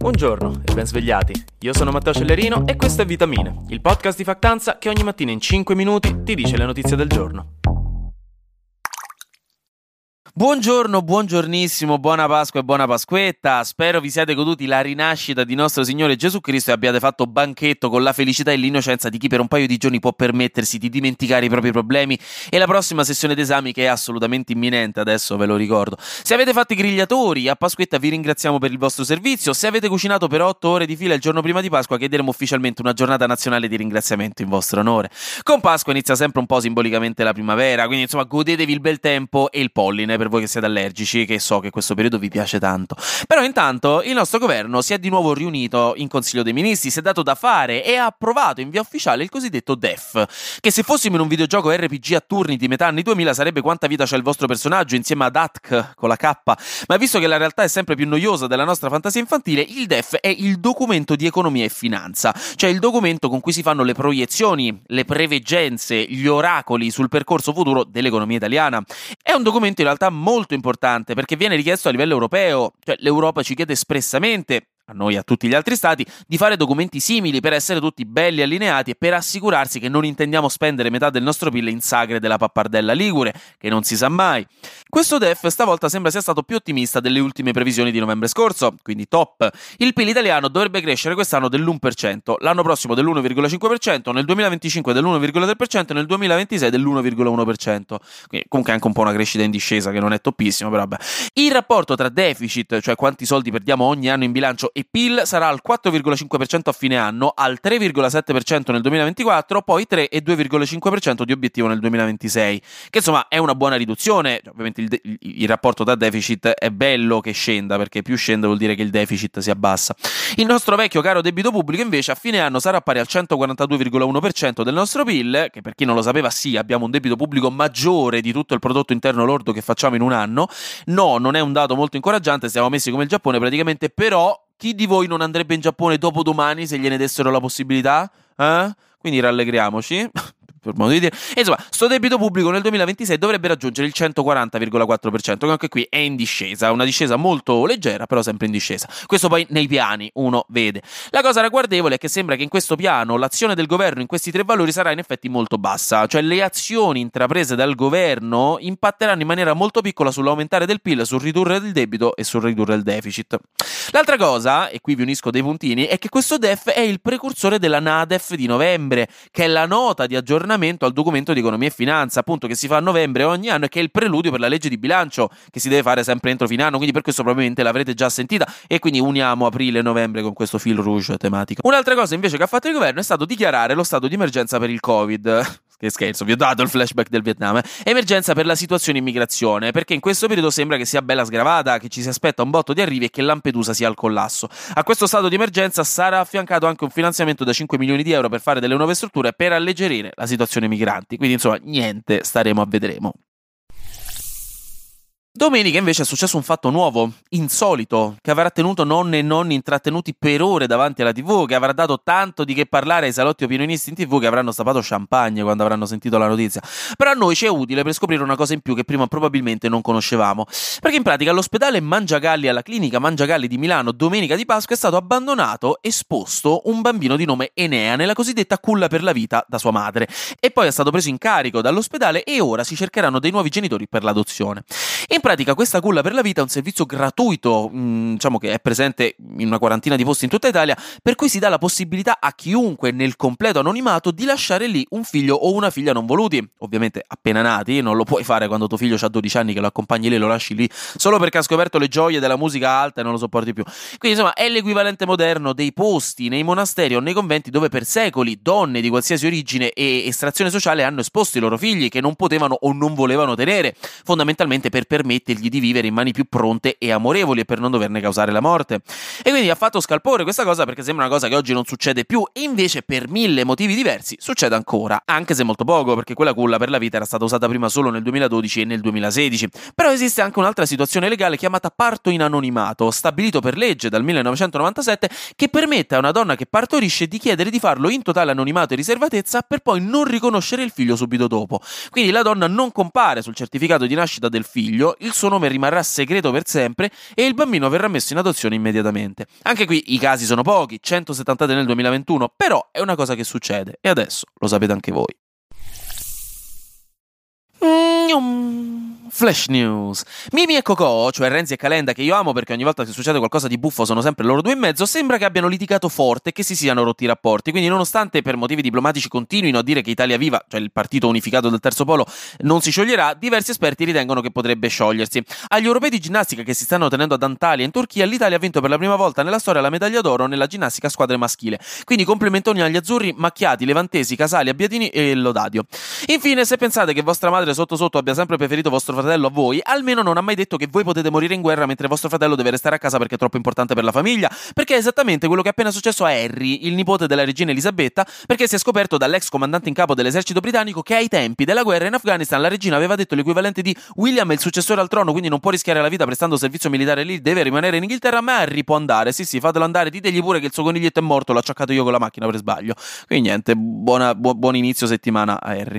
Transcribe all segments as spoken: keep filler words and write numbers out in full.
Buongiorno e ben svegliati. Io sono Matteo Cellerino e questo è Vitamine, il podcast di Factanza che ogni mattina in cinque minuti ti dice le notizie del giorno. Buongiorno, buongiornissimo, buona Pasqua e buona Pasquetta. Spero vi siate goduti la rinascita di nostro Signore Gesù Cristo e abbiate fatto banchetto con la felicità e l'innocenza di chi per un paio di giorni può permettersi di dimenticare i propri problemi e la prossima sessione d'esami che è assolutamente imminente, adesso ve lo ricordo. Se avete fatto i grigliatori a Pasquetta vi ringraziamo per il vostro servizio. Se avete cucinato per otto ore di fila il giorno prima di Pasqua chiederemo ufficialmente una giornata nazionale di ringraziamento in vostro onore. Con Pasqua inizia sempre un po' simbolicamente la primavera, quindi insomma godetevi il bel tempo e il polline per voi che siete allergici, che so che questo periodo vi piace tanto. Però intanto il nostro governo si è di nuovo riunito in Consiglio dei Ministri, si è dato da fare e ha approvato in via ufficiale il cosiddetto D E F, che se fossimo in un videogioco R P G a turni di metà anni duemila sarebbe Quanta vita c'è il vostro personaggio insieme ad A T C con la K, ma visto che la realtà è sempre più noiosa della nostra fantasia infantile, il D E F è il documento di economia e finanza, cioè il documento con cui si fanno le proiezioni, le preveggenze, gli oracoli sul percorso futuro dell'economia italiana. È un documento in realtà molto importante perché viene richiesto a livello europeo, cioè l'Europa ci chiede espressamente, a noi e a tutti gli altri stati, di fare documenti simili per essere tutti belli allineati e per assicurarsi che non intendiamo spendere metà del nostro P I L in sagre della pappardella ligure, che non si sa mai. Questo D E F stavolta sembra sia stato più ottimista delle ultime previsioni di novembre scorso, quindi top. Il P I L italiano dovrebbe crescere quest'anno dell'uno per cento, l'anno prossimo dell'uno virgola cinque per cento, nel duemilaventicinque dell'uno virgola tre per cento e nel duemilaventisei dell'uno virgola uno per cento. Quindi comunque anche un po' una crescita in discesa che non è toppissima, però vabbè. Il rapporto tra deficit, cioè quanti soldi perdiamo ogni anno in bilancio, e P I L sarà al quattro virgola cinque per cento a fine anno, al tre virgola sette per cento nel duemilaventiquattro, poi tre e due virgola cinque per cento di obiettivo nel duemilaventisei, che insomma è una buona riduzione. Ovviamente il, de- il rapporto tra deficit è bello che scenda, perché più scende vuol dire che il deficit si abbassa. Il nostro vecchio caro debito pubblico invece a fine anno sarà pari al centoquarantadue virgola uno per cento del nostro P I L, che per chi non lo sapeva sì, abbiamo un debito pubblico maggiore di tutto il prodotto interno lordo che facciamo in un anno. No, non è un dato molto incoraggiante, siamo messi come il Giappone praticamente, però chi di voi non andrebbe in Giappone dopodomani se gliene dessero la possibilità? Eh? Quindi rallegriamoci, per modo di dire. E insomma, sto debito pubblico nel duemilaventisei dovrebbe raggiungere il centoquaranta virgola quattro per cento, che anche qui è in discesa, una discesa molto leggera, però sempre in discesa. Questo poi nei piani uno vede. La cosa ragguardevole è che sembra che in questo piano l'azione del governo in questi tre valori sarà in effetti molto bassa, cioè le azioni intraprese dal governo impatteranno in maniera molto piccola sull'aumentare del P I L, sul ridurre il debito e sul ridurre il deficit. L'altra cosa, e qui vi unisco dei puntini, è che questo D E F è il precursore della NADEF di novembre, che è la nota di aggiornamento al documento di economia e finanza, appunto, che si fa a novembre ogni anno e che è il preludio per la legge di bilancio che si deve fare sempre entro fine anno, quindi per questo probabilmente l'avrete già sentita e quindi uniamo aprile e novembre con questo fil rouge tematico. Un'altra cosa invece che ha fatto il governo è stato dichiarare lo stato di emergenza per il Covid. Che scherzo, vi ho dato il flashback del Vietnam. Eh? Emergenza per la situazione immigrazione, perché in questo periodo sembra che sia bella sgravata, che ci si aspetta un botto di arrivi e che Lampedusa sia al collasso. A questo stato di emergenza sarà affiancato anche un finanziamento da cinque milioni di euro per fare delle nuove strutture per alleggerire la situazione migranti. Quindi insomma niente, staremo a vedremo. Domenica invece è successo un fatto nuovo, insolito, che avrà tenuto nonne e nonni intrattenuti per ore davanti alla tivù, che avrà dato tanto di che parlare ai salotti opinionisti in tivù che avranno stappato champagne quando avranno sentito la notizia. Però a noi ci è utile per scoprire una cosa in più che prima probabilmente non conoscevamo, perché in pratica all'ospedale Mangiagalli, alla clinica Mangiagalli di Milano, domenica di Pasqua è stato abbandonato, esposto, un bambino di nome Enea nella cosiddetta culla per la vita da sua madre, e poi è stato preso in carico dall'ospedale e ora si cercheranno dei nuovi genitori per l'adozione. In pratica questa culla per la vita è un servizio gratuito, mh, diciamo che è presente in una quarantina di posti in tutta Italia, per cui si dà la possibilità a chiunque nel completo anonimato di lasciare lì un figlio o una figlia non voluti, ovviamente appena nati, non lo puoi fare quando tuo figlio ha dodici anni che lo accompagni lì e lo lasci lì solo perché ha scoperto le gioie della musica alta e non lo sopporti più. Quindi insomma è l'equivalente moderno dei posti nei monasteri o nei conventi dove per secoli donne di qualsiasi origine e estrazione sociale hanno esposto i loro figli che non potevano o non volevano tenere, fondamentalmente per permettergli di vivere in mani più pronte e amorevoli e per non doverne causare la morte. E quindi ha fatto scalpore questa cosa perché sembra una cosa che oggi non succede più e invece per mille motivi diversi succede ancora, anche se molto poco, perché quella culla per la vita era stata usata prima solo nel duemiladodici e nel duemilasedici. Però esiste anche un'altra situazione legale chiamata parto in anonimato, stabilito per legge dal millenovecentonovantasette, che permette a una donna che partorisce di chiedere di farlo in totale anonimato e riservatezza per poi non riconoscere il figlio subito dopo. Quindi la donna non compare sul certificato di nascita del figlio, il suo nome rimarrà segreto per sempre e il bambino verrà messo in adozione immediatamente. Anche qui i casi sono pochi, centosettanta nel duemilaventuno, però è una cosa che succede e adesso lo sapete anche voi. Flash News. Mimi e Cocò, cioè Renzi e Calenda, che io amo perché ogni volta che succede qualcosa di buffo sono sempre loro due in mezzo, sembra che abbiano litigato forte e che si siano rotti i rapporti. Quindi, nonostante per motivi diplomatici continuino a dire che Italia Viva, cioè il partito unificato del terzo polo, non si scioglierà, diversi esperti ritengono che potrebbe sciogliersi. Agli europei di ginnastica che si stanno tenendo ad Antalya in Turchia, l'Italia ha vinto per la prima volta nella storia la medaglia d'oro nella ginnastica a squadre maschile. Quindi complimentoni agli azzurri, macchiati, levantesi, Casali, Abbiatini e Lodadio. Infine, se pensate che vostra madre sotto sotto abbia sempre preferito vostro fratello a voi, almeno non ha mai detto che voi potete morire in guerra mentre vostro fratello deve restare a casa perché è troppo importante per la famiglia, perché è esattamente quello che è appena successo a Harry, il nipote della regina Elisabetta, perché si è scoperto dall'ex comandante in capo dell'esercito britannico che ai tempi della guerra in Afghanistan la regina aveva detto l'equivalente di William è il successore al trono, quindi non può rischiare la vita prestando servizio militare lì, deve rimanere in Inghilterra, ma Harry può andare, sì sì, fatelo andare, ditegli pure che il suo coniglietto è morto, l'ho acciaccato io con la macchina per sbaglio. Quindi niente, buona, bu- buon inizio settimana a Harry.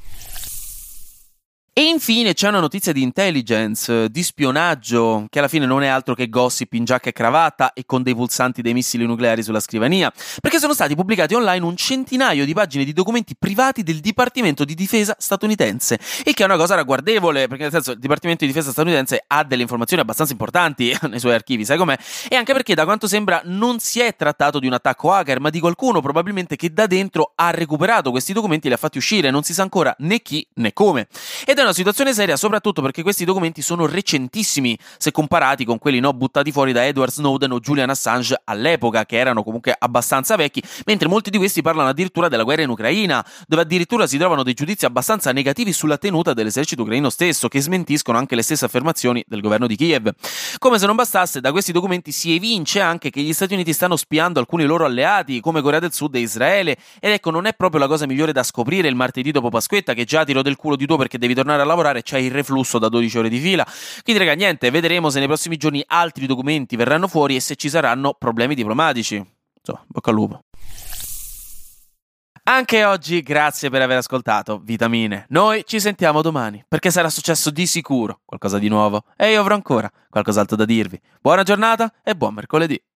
E infine c'è una notizia di intelligence, di spionaggio, che alla fine non è altro che gossip in giacca e cravatta e con dei pulsanti dei missili nucleari sulla scrivania, perché sono stati pubblicati online un centinaio di pagine di documenti privati del Dipartimento di Difesa statunitense, il che è una cosa ragguardevole, perché nel senso il Dipartimento di Difesa statunitense ha delle informazioni abbastanza importanti nei suoi archivi, sai com'è? E anche perché da quanto sembra non si è trattato di un attacco hacker, ma di qualcuno probabilmente che da dentro ha recuperato questi documenti e li ha fatti uscire, non si sa ancora né chi né come. Ed è una situazione seria soprattutto perché questi documenti sono recentissimi se comparati con quelli no buttati fuori da Edward Snowden o Julian Assange all'epoca, che erano comunque abbastanza vecchi, mentre molti di questi parlano addirittura della guerra in Ucraina, dove addirittura si trovano dei giudizi abbastanza negativi sulla tenuta dell'esercito ucraino stesso, che smentiscono anche le stesse affermazioni del governo di Kiev. Come se non bastasse, da questi documenti si evince anche che gli Stati Uniti stanno spiando alcuni loro alleati come Corea del Sud e Israele, ed ecco, non è proprio la cosa migliore da scoprire il martedì dopo Pasquetta, che già tiro del culo di tuo perché devi tornare a lavorare, c'è il reflusso da dodici ore di fila. Quindi raga, niente, vedremo se nei prossimi giorni altri documenti verranno fuori e se ci saranno problemi diplomatici. Insomma, bocca al lupo. Anche oggi grazie per aver ascoltato Vitamine. Noi ci sentiamo domani, perché sarà successo di sicuro qualcosa di nuovo e io avrò ancora qualcos'altro da dirvi. Buona giornata e buon mercoledì.